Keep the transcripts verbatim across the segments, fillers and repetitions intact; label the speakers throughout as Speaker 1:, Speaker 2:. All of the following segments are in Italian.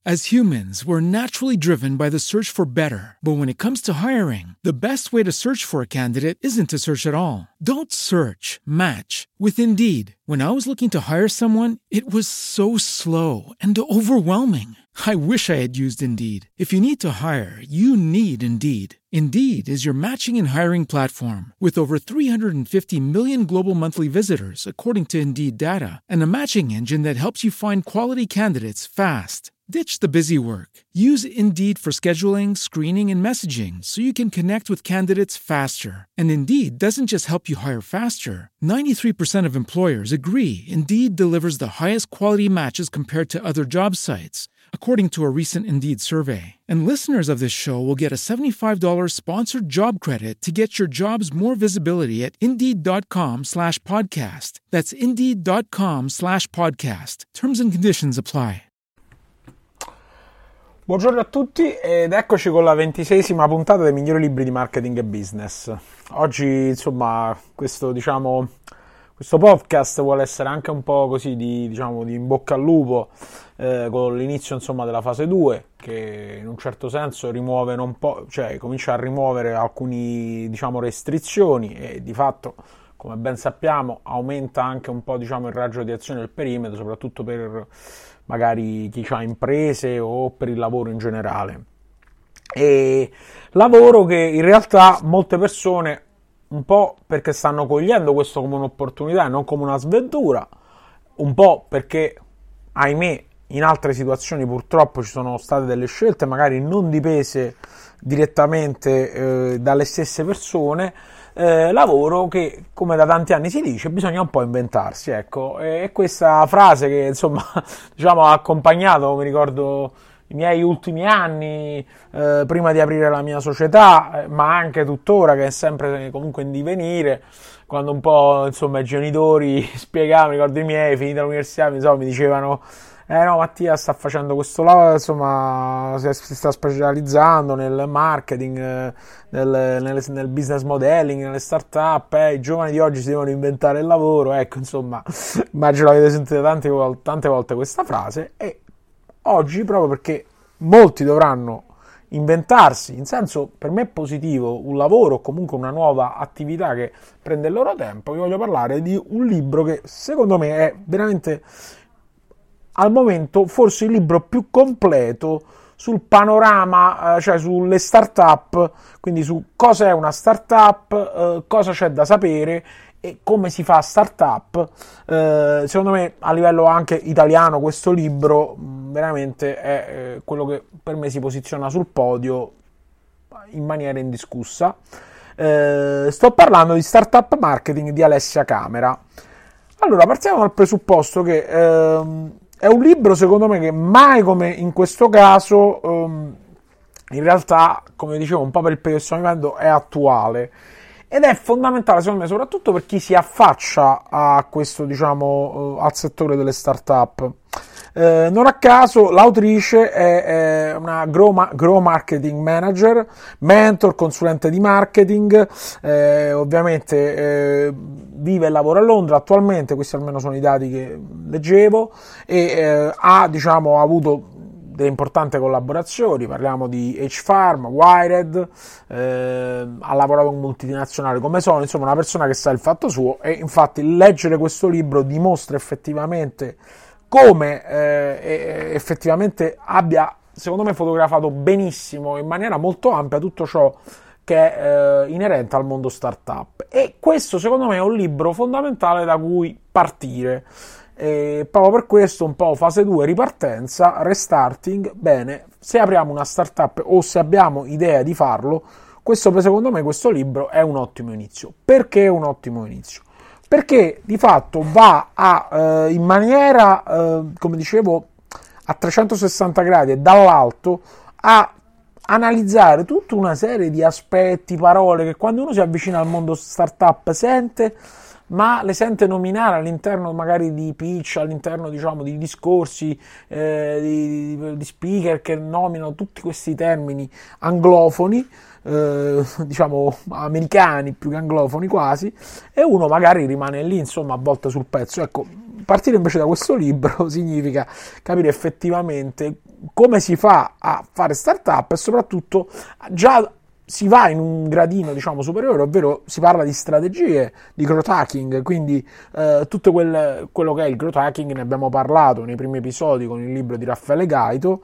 Speaker 1: As humans, we're naturally driven by the search for better. But when it comes to hiring, the best way to search for a candidate isn't to search at all. Don't search, match with Indeed. When I was looking to hire someone, it was so slow and overwhelming. I wish I had used Indeed. If you need to hire, you need Indeed. Indeed is your matching and hiring platform with over three hundred fifty million global monthly visitors, according to Indeed data, and a matching engine that helps you find quality candidates fast. Ditch the busy work. Use Indeed for scheduling, screening, and messaging so you can connect with candidates faster. And Indeed doesn't just help you hire faster. ninety-three percent of employers agree Indeed delivers the highest quality matches compared to other job sites, according to a recent Indeed survey. And listeners of this show will get a seventy-five dollars sponsored job credit to get your jobs more visibility at Indeed.com slash podcast. That's Indeed.com slash podcast. Terms and conditions apply.
Speaker 2: Buongiorno a tutti ed eccoci con la ventiseiesima puntata dei migliori libri di marketing e business. Oggi, insomma, questo diciamo questo podcast vuole essere anche un po' così di diciamo di in bocca al lupo eh, con l'inizio insomma della fase due, che in un certo senso rimuove un po', cioè comincia a rimuovere alcuni diciamo restrizioni e di fatto, come ben sappiamo, aumenta anche un po' diciamo il raggio di azione del perimetro, soprattutto per magari chi ha imprese o per il lavoro in generale. E lavoro che in realtà molte persone, un po' perché stanno cogliendo questo come un'opportunità e non come una sventura, un po' perché, ahimè, in altre situazioni purtroppo ci sono state delle scelte magari non dipese direttamente eh, dalle stesse persone. Eh, lavoro che, come da tanti anni si dice, bisogna un po' inventarsi, ecco, e questa frase che insomma diciamo ha accompagnato, mi ricordo, i miei ultimi anni eh, prima di aprire la mia società, eh, ma anche tuttora, che è sempre comunque in divenire, quando un po' insomma i genitori spiegavano, ricordo i miei, finita l'università, insomma, mi dicevano eh no, Mattia sta facendo questo lavoro, insomma, si sta specializzando nel marketing, nel, nel, nel business modeling, nelle start-up, eh, i giovani di oggi si devono inventare il lavoro, ecco, insomma, immagino avete sentito tante volte, tante volte questa frase, e oggi, proprio perché molti dovranno inventarsi, in senso per me positivo, un lavoro o comunque una nuova attività che prende il loro tempo, vi voglio parlare di un libro che secondo me è veramente, al momento, forse il libro più completo sul panorama, eh, cioè sulle start-up, quindi su cosa è una start-up, eh, cosa c'è da sapere e come si fa start-up. Eh, secondo me, a livello anche italiano, questo libro mh, veramente è eh, quello che per me si posiziona sul podio in maniera indiscussa. Eh, sto parlando di Startup Marketing di Alessia Camera. Allora, partiamo dal presupposto che ehm, è un libro, secondo me, che mai come in questo caso, um, in realtà, come dicevo, un po' per il periodo che stiamo vivendo, è attuale. Ed è fondamentale, secondo me, soprattutto per chi si affaccia a questo, diciamo, uh, al settore delle start-up. Eh, non a caso l'autrice è, è una grow, ma- grow marketing manager, mentor, consulente di marketing, eh, ovviamente eh, vive e lavora a Londra attualmente, questi almeno sono i dati che leggevo, e eh, ha diciamo avuto delle importanti collaborazioni, parliamo di H-Farm, Wired, eh, ha lavorato con multinazionali come sono, insomma una persona che sa il fatto suo, e infatti leggere questo libro dimostra effettivamente come eh, effettivamente abbia, secondo me, fotografato benissimo, in maniera molto ampia, tutto ciò che è eh, inerente al mondo startup. E questo, secondo me, è un libro fondamentale da cui partire. E proprio per questo, un po' fase due, ripartenza, restarting. Bene, se apriamo una startup o se abbiamo idea di farlo, questo, secondo me, questo libro è un ottimo inizio. Perché è un ottimo inizio? Perché di fatto va a, eh, in maniera, eh, come dicevo, a trecentosessanta gradi e dall'alto, a analizzare tutta una serie di aspetti, parole che quando uno si avvicina al mondo startup sente, ma le sente nominare all'interno magari di pitch, all'interno diciamo di discorsi, eh, di, di, di speaker che nominano tutti questi termini anglofoni, Eh, diciamo americani più che anglofoni quasi, e uno magari rimane lì insomma a volte sul pezzo. Ecco, partire invece da questo libro significa capire effettivamente come si fa a fare startup e soprattutto già si va in un gradino, diciamo, superiore, ovvero si parla di strategie di growth hacking, quindi eh, tutto quel, quello che è il growth hacking ne abbiamo parlato nei primi episodi con il libro di Raffaele Gaito,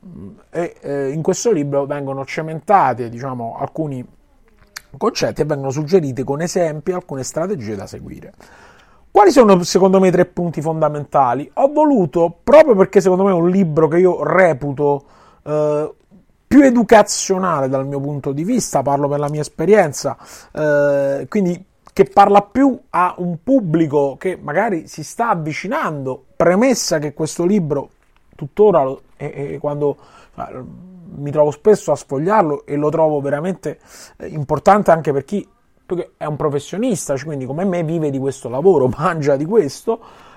Speaker 2: e eh, in questo libro vengono cementati, diciamo, alcuni concetti e vengono suggeriti con esempi alcune strategie da seguire. Quali sono secondo me i tre punti fondamentali? Ho voluto, proprio perché secondo me è un libro che io reputo eh, più educazionale dal mio punto di vista, parlo per la mia esperienza, eh, quindi che parla più a un pubblico che magari si sta avvicinando, premessa che questo libro tuttora, e, e quando eh, mi trovo spesso a sfogliarlo e lo trovo veramente eh, importante anche per chi perché è un professionista, cioè quindi come me vive di questo lavoro, mangia di questo.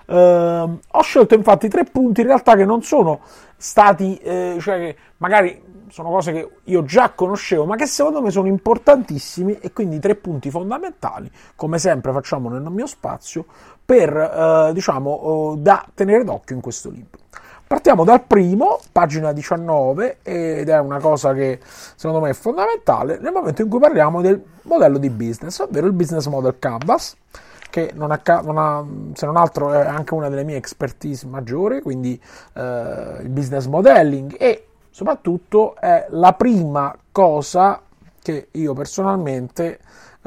Speaker 2: Eh, ho scelto infatti tre punti in realtà che non sono stati, eh, cioè che magari sono cose che io già conoscevo, ma che secondo me sono importantissimi, e quindi tre punti fondamentali, come sempre facciamo nel mio spazio, per eh, diciamo eh, da tenere d'occhio in questo libro. Partiamo dal primo, pagina diciannove, ed è una cosa che secondo me è fondamentale nel momento in cui parliamo del modello di business, ovvero il Business Model Canvas, che non ha, non ha, se non altro è anche una delle mie expertise maggiori, quindi eh, il business modelling, e soprattutto è la prima cosa che io personalmente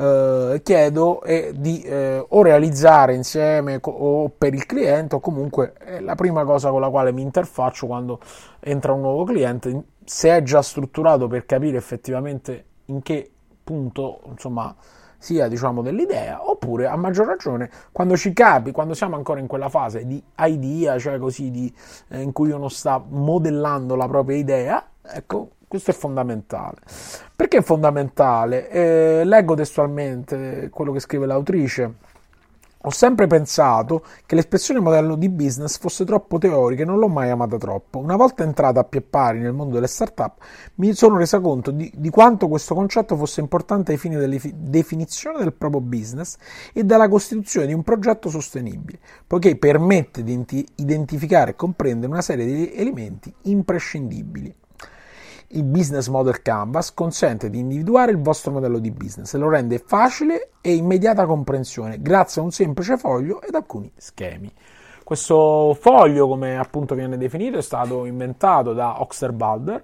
Speaker 2: eh, chiedo è di eh, o realizzare insieme o per il cliente, o comunque è la prima cosa con la quale mi interfaccio quando entra un nuovo cliente, se è già strutturato, per capire effettivamente in che punto, insomma, sia, diciamo, dell'idea, oppure a maggior ragione quando ci capi, quando siamo ancora in quella fase di idea, cioè così di, eh, in cui uno sta modellando la propria idea. Ecco, questo è fondamentale. Perché è fondamentale? Eh, leggo testualmente quello che scrive l'autrice. Ho sempre pensato che l'espressione modello di business fosse troppo teorica e non l'ho mai amata troppo. Una volta entrata a piè pari nel mondo delle startup, mi sono resa conto di, di quanto questo concetto fosse importante ai fini della definizione del proprio business e della costituzione di un progetto sostenibile, poiché permette di identificare e comprendere una serie di elementi imprescindibili. Il Business Model Canvas consente di individuare il vostro modello di business e lo rende facile e immediata comprensione grazie a un semplice foglio ed alcuni schemi. Questo foglio, come appunto viene definito, è stato inventato da Osterwalder,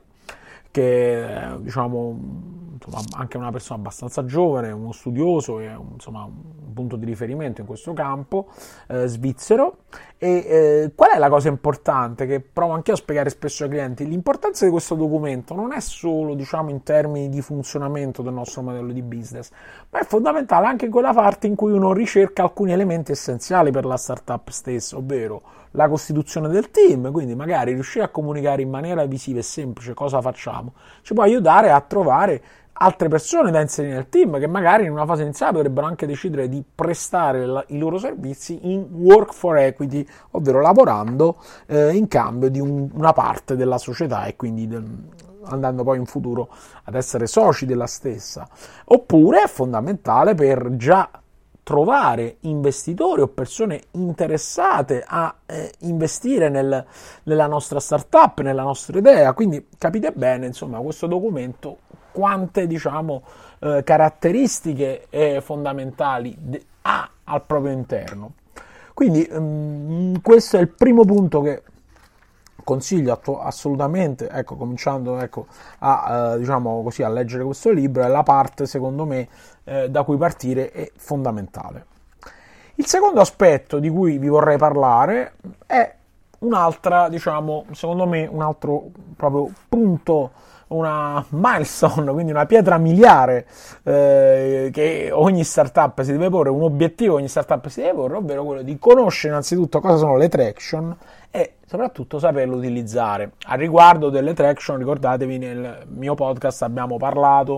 Speaker 2: che è, diciamo, insomma, anche una persona abbastanza giovane, uno studioso e insomma un punto di riferimento in questo campo, eh, svizzero. E eh, qual è la cosa importante che provo anche a spiegare spesso ai clienti? L'importanza di questo documento non è solo, diciamo, in termini di funzionamento del nostro modello di business, ma è fondamentale anche in quella parte in cui uno ricerca alcuni elementi essenziali per la startup stessa, ovvero la costituzione del team, quindi magari riuscire a comunicare in maniera visiva e semplice cosa facciamo, ci può aiutare a trovare altre persone da inserire nel team che magari in una fase iniziale potrebbero anche decidere di prestare la, i loro servizi in work for equity, ovvero lavorando eh, in cambio di un, una parte della società e quindi del, andando poi in futuro ad essere soci della stessa. Oppure è fondamentale per già trovare investitori o persone interessate a eh, investire nel, nella nostra startup, nella nostra idea. Quindi capite bene, insomma, questo documento quante, diciamo, eh, caratteristiche eh, fondamentali de- ha al proprio interno. Quindi um, questo è il primo punto che consiglio attu- assolutamente, ecco, cominciando ecco, a, eh, diciamo così, a leggere questo libro, è la parte, secondo me, eh, da cui partire è fondamentale. Il secondo aspetto di cui vi vorrei parlare è un'altra, diciamo, secondo me, un altro proprio punto, una milestone, quindi una pietra miliare eh, che ogni startup si deve porre, un obiettivo che ogni startup si deve porre, ovvero quello di conoscere innanzitutto cosa sono le traction e soprattutto saperlo utilizzare. A riguardo delle traction, ricordatevi, nel mio podcast abbiamo parlato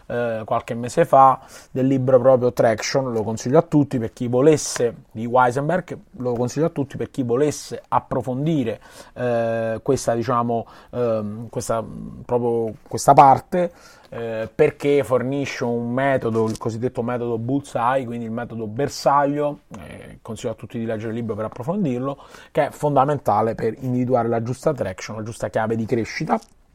Speaker 2: eh, qualche mese fa del libro proprio Traction, lo consiglio a tutti per chi volesse, di Weisenberg, lo consiglio a tutti per chi volesse approfondire eh, questa, diciamo, eh, questa, proprio questa parte, eh, perché fornisce un metodo, il cosiddetto metodo Bullseye, quindi il metodo bersaglio, eh, consiglio a tutti di leggere il libro per approfondirlo, che è fondamentale per individuare la giusta traction, la giusta chiave di crescita.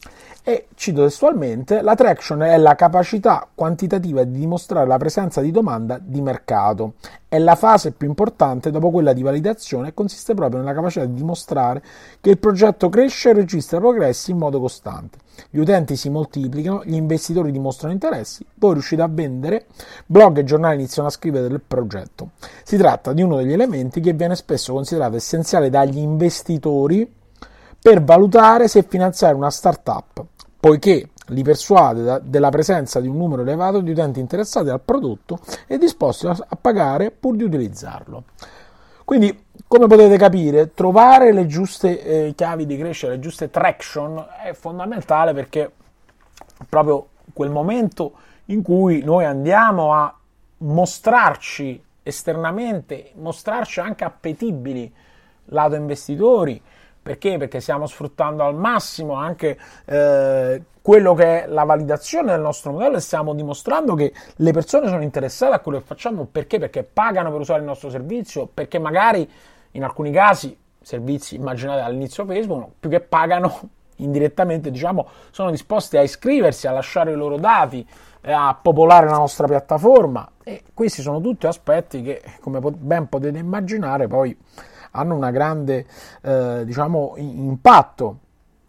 Speaker 2: E cito testualmente: la traction è la capacità quantitativa di dimostrare la presenza di domanda di mercato. È la fase più importante dopo quella di validazione e consiste proprio nella capacità di dimostrare che il progetto cresce e registra progressi in modo costante. Gli utenti si moltiplicano, gli investitori dimostrano interessi, voi riuscite a vendere, blog e giornali iniziano a scrivere del progetto. Si tratta di uno degli elementi che viene spesso considerato essenziale dagli investitori per valutare se finanziare una startup, poiché li persuade da, della presenza di un numero elevato di utenti interessati al prodotto e disposti a, a pagare pur di utilizzarlo. Quindi, come potete capire, trovare le giuste eh, chiavi di crescita, le giuste traction è fondamentale, perché proprio quel momento in cui noi andiamo a mostrarci esternamente, mostrarci anche appetibili lato investitori. Perché? Perché stiamo sfruttando al massimo anche eh, quello che è la validazione del nostro modello e stiamo dimostrando che le persone sono interessate a quello che facciamo. Perché? Perché pagano per usare il nostro servizio, perché magari in alcuni casi, servizi, immaginate all'inizio Facebook, più che pagano indirettamente, diciamo, sono disposti a iscriversi, a lasciare i loro dati, a popolare la nostra piattaforma, e questi sono tutti aspetti che, come ben potete immaginare, poi hanno una grande eh, diciamo impatto.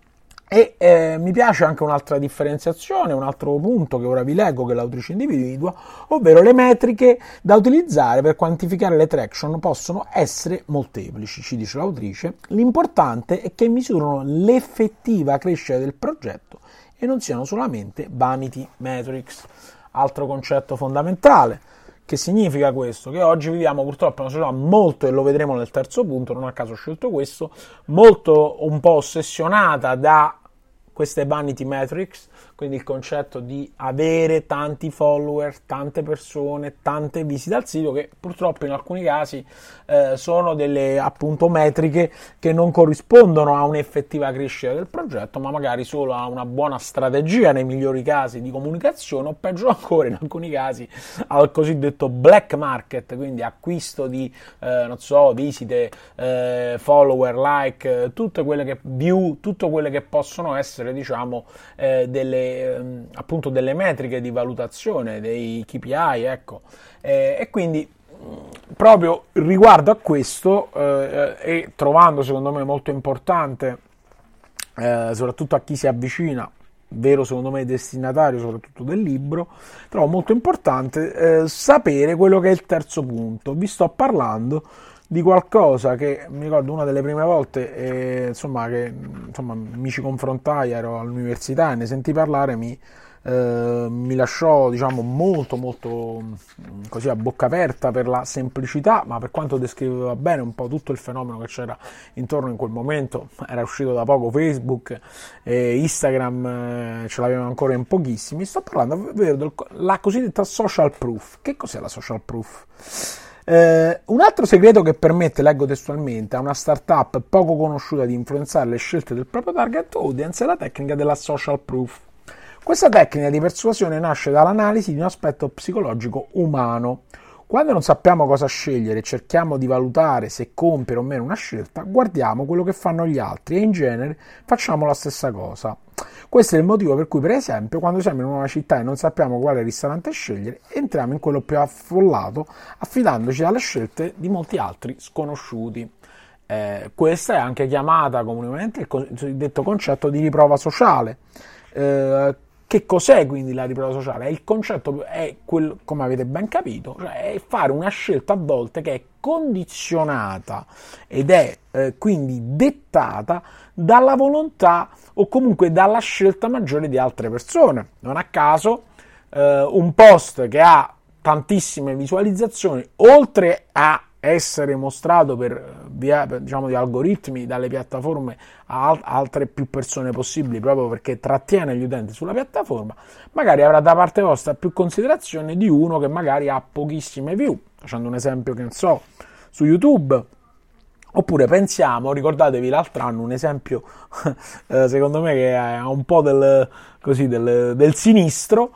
Speaker 2: E eh, mi piace anche un'altra differenziazione, un altro punto che ora vi leggo, che l'autrice individua, ovvero le metriche da utilizzare per quantificare le traction possono essere molteplici, ci dice l'autrice. L'importante è che misurano l'effettiva crescita del progetto e non siano solamente vanity metrics. Altro concetto fondamentale. Che significa questo? Che oggi viviamo purtroppo in una società molto, e lo vedremo nel terzo punto, non a caso ho scelto questo, molto un po' ossessionata da queste vanity metrics, quindi il concetto di avere tanti follower, tante persone, tante visite al sito, che purtroppo in alcuni casi eh, sono delle appunto metriche che non corrispondono a un'effettiva crescita del progetto, ma magari solo a una buona strategia nei migliori casi di comunicazione, o peggio ancora in alcuni casi al cosiddetto black market, quindi acquisto di eh, non so, visite, eh, follower, like, eh, tutte quelle che view, tutto quelle che possono essere, diciamo, eh, delle ehm, appunto delle metriche di valutazione, dei K P I, ecco, eh, e quindi mh, proprio riguardo a questo eh, e trovando secondo me molto importante, eh, soprattutto a chi si avvicina, vero secondo me destinatario soprattutto del libro, trovo molto importante eh, sapere quello che è il terzo punto. Vi sto parlando di qualcosa che mi ricordo una delle prime volte eh, insomma che insomma mi ci confrontai, ero all'università e ne sentii parlare, mi, eh, mi lasciò diciamo molto molto così a bocca aperta per la semplicità, ma per quanto descriveva bene un po' tutto il fenomeno che c'era intorno in quel momento. Era uscito da poco Facebook e Instagram, eh, ce l'avevano ancora in pochissimi. Sto parlando della cosiddetta social proof. Che cos'è la social proof? Eh, un altro segreto che permette, leggo testualmente, a una startup poco conosciuta di influenzare le scelte del proprio target audience è la tecnica della social proof. Questa tecnica di persuasione nasce dall'analisi di un aspetto psicologico umano. Quando non sappiamo cosa scegliere e cerchiamo di valutare se compiere o meno una scelta, guardiamo quello che fanno gli altri e in genere facciamo la stessa cosa. Questo è il motivo per cui, per esempio, quando siamo in una città e non sappiamo quale ristorante scegliere, entriamo in quello più affollato, affidandoci alle scelte di molti altri sconosciuti. Eh, questa è anche chiamata comunemente il cosiddetto concetto di riprova sociale. Eh, Che cos'è quindi la riprova sociale? È il concetto, è quel, come avete ben capito, cioè è fare una scelta a volte che è condizionata ed è eh, quindi dettata dalla volontà o comunque dalla scelta maggiore di altre persone. Non a caso eh, un post che ha tantissime visualizzazioni, oltre a essere mostrato per via, diciamo, di algoritmi dalle piattaforme a al- altre più persone possibili, proprio perché trattiene gli utenti sulla piattaforma, magari avrà da parte vostra più considerazione di uno che magari ha pochissime view, facendo un esempio che non so, su YouTube. Oppure pensiamo, ricordatevi l'altro anno un esempio eh, secondo me che ha un po' del, così, del, del sinistro,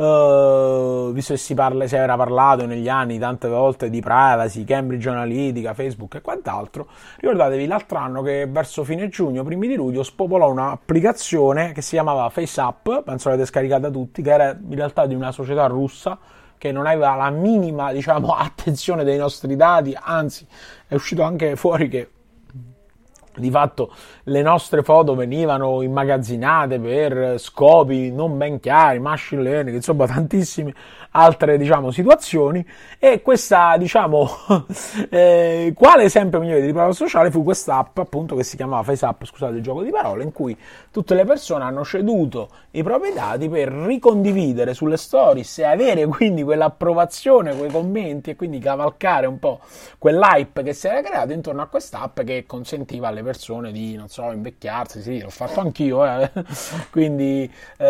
Speaker 2: eh, visto che si, parla, si era parlato negli anni tante volte di privacy, Cambridge Analytica, Facebook e quant'altro. Ricordatevi l'altro anno che verso fine giugno, primi di luglio, spopolò un'applicazione che si chiamava FaceApp, penso l'avete scaricata tutti, che era in realtà di una società russa che non aveva la minima, diciamo, attenzione dei nostri dati, anzi è uscito anche fuori che di fatto le nostre foto venivano immagazzinate per scopi non ben chiari, machine learning, insomma tantissime altre, diciamo, situazioni. E questa, diciamo, eh, quale esempio migliore di riprova sociale fu questa app, appunto, che si chiamava FaceApp, scusate il gioco di parole, in cui tutte le persone hanno ceduto i propri dati per ricondividere sulle stories e avere quindi quell'approvazione, quei commenti e quindi cavalcare un po' quell'hype che si era creato intorno a quest'app che consentiva alle persone di, non so, invecchiarsi. Sì, l'ho fatto anch'io, eh. Quindi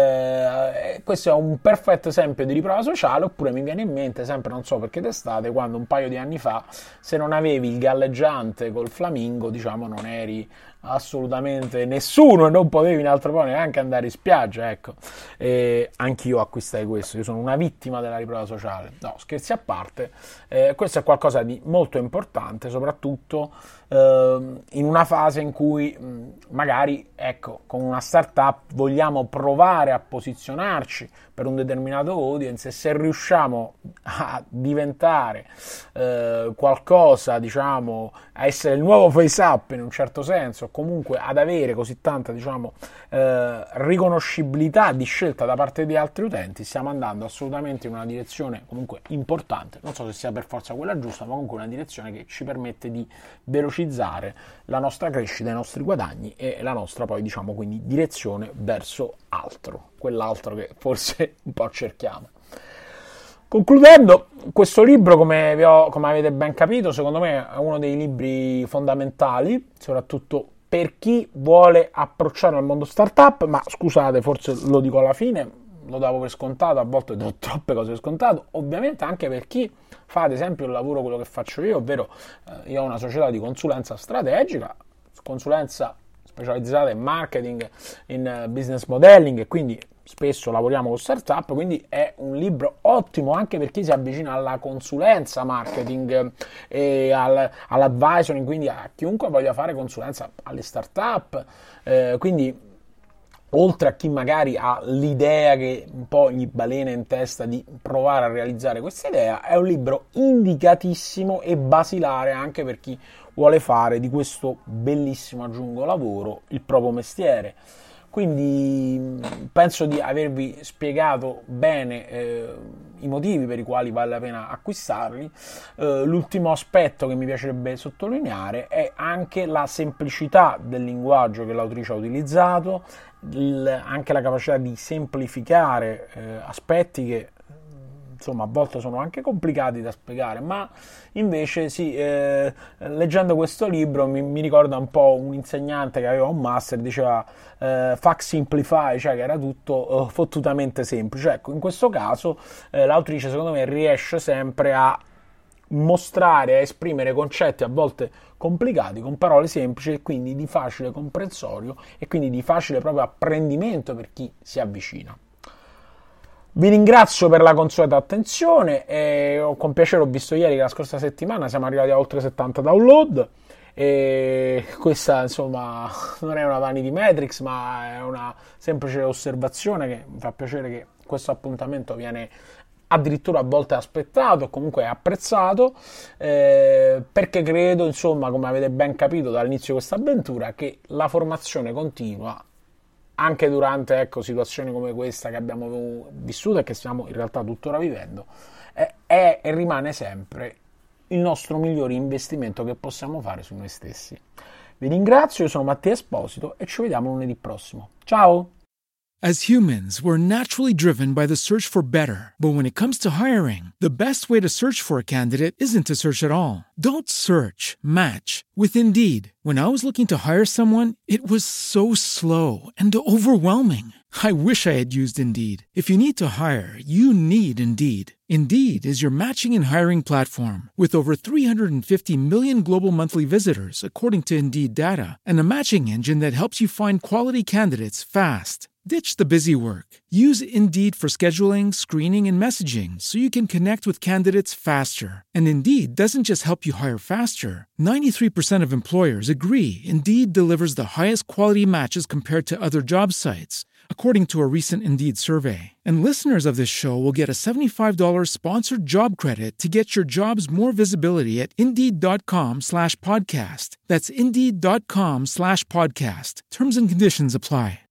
Speaker 2: eh, questo è un perfetto esempio di riprova sociale. Oppure mi viene in mente sempre, non so perché d'estate, quando un paio di anni fa, se non avevi il galleggiante col flamingo, diciamo, non eri assolutamente nessuno e non potevi in altro modo neanche andare in spiaggia, ecco. E anch'io acquistai questo, io sono una vittima della riprova sociale. No, scherzi a parte, eh, questo è qualcosa di molto importante, soprattutto eh, in una fase in cui mh, magari, ecco, con una startup vogliamo provare a posizionarci per un determinato audience, e se riusciamo a diventare eh, qualcosa, diciamo, a essere il nuovo FaceApp in un certo senso, comunque ad avere così tanta, diciamo, eh, riconoscibilità di scelta da parte di altri utenti, stiamo andando assolutamente in una direzione comunque importante. Non so se sia per forza quella giusta, ma comunque una direzione che ci permette di velocizzare la nostra crescita, i nostri guadagni e la nostra, poi, diciamo, quindi direzione verso altro, quell'altro che forse un po' cerchiamo. Concludendo, questo libro, come, vi ho, come avete ben capito, secondo me è uno dei libri fondamentali, soprattutto per chi vuole approcciare al mondo startup, ma scusate, forse lo dico alla fine, lo davo per scontato, a volte do troppe cose per scontato, ovviamente anche per chi fa ad esempio il lavoro, quello che faccio io, ovvero eh, io ho una società di consulenza strategica, consulenza specializzata in marketing, in business modeling, e quindi spesso lavoriamo con startup, quindi è un libro ottimo anche per chi si avvicina alla consulenza marketing e al, all'advisoring, quindi a chiunque voglia fare consulenza alle startup, eh, quindi oltre a chi magari ha l'idea che un po' gli balena in testa di provare a realizzare questa idea, è un libro indicatissimo e basilare anche per chi vuole fare di questo bellissimo, aggiungo, lavoro il proprio mestiere. Quindi penso di avervi spiegato bene eh, i motivi per i quali vale la pena acquistarli. Eh, l'ultimo aspetto che mi piacerebbe sottolineare è anche la semplicità del linguaggio che l'autrice ha utilizzato, il, anche la capacità di semplificare eh, aspetti che insomma a volte sono anche complicati da spiegare, ma invece sì, eh, leggendo questo libro mi, mi ricorda un po' un insegnante che aveva un master, diceva eh, fuck simplify, cioè che era tutto eh, fottutamente semplice. Ecco, in questo caso eh, l'autrice secondo me riesce sempre a mostrare, a esprimere concetti a volte complicati con parole semplici e quindi di facile comprensorio e quindi di facile proprio apprendimento per chi si avvicina. Vi ringrazio per la consueta attenzione e con piacere ho visto ieri che la scorsa settimana siamo arrivati a oltre settanta download, e questa insomma non è una vanity metrics, ma è una semplice osservazione che mi fa piacere che questo appuntamento viene addirittura a volte aspettato, comunque apprezzato, eh, perché credo, insomma, come avete ben capito dall'inizio di questa avventura, che la formazione continua anche durante, ecco, situazioni come questa che abbiamo vissuto e che stiamo in realtà tuttora vivendo, è, è e rimane sempre il nostro migliore investimento che possiamo fare su noi stessi. Vi ringrazio, io sono Mattia Esposito e ci vediamo lunedì prossimo. Ciao!
Speaker 1: As humans, we're naturally driven by the search for better. But when it comes to hiring, the best way to search for a candidate isn't to search at all. Don't search, match with Indeed. When I was looking to hire someone, it was so slow and overwhelming. I wish I had used Indeed. If you need to hire, you need Indeed. Indeed is your matching and hiring platform with over three hundred fifty million global monthly visitors, according to Indeed data, and a matching engine that helps you find quality candidates fast. Ditch the busy work. Use Indeed for scheduling, screening, and messaging so you can connect with candidates faster. And Indeed doesn't just help you hire faster. ninety-three percent of employers agree Indeed delivers the highest quality matches compared to other job sites, according to a recent Indeed survey. And listeners of this show will get a seventy-five dollars sponsored job credit to get your jobs more visibility at Indeed.com slash podcast. That's Indeed.com slash podcast. Terms and conditions apply.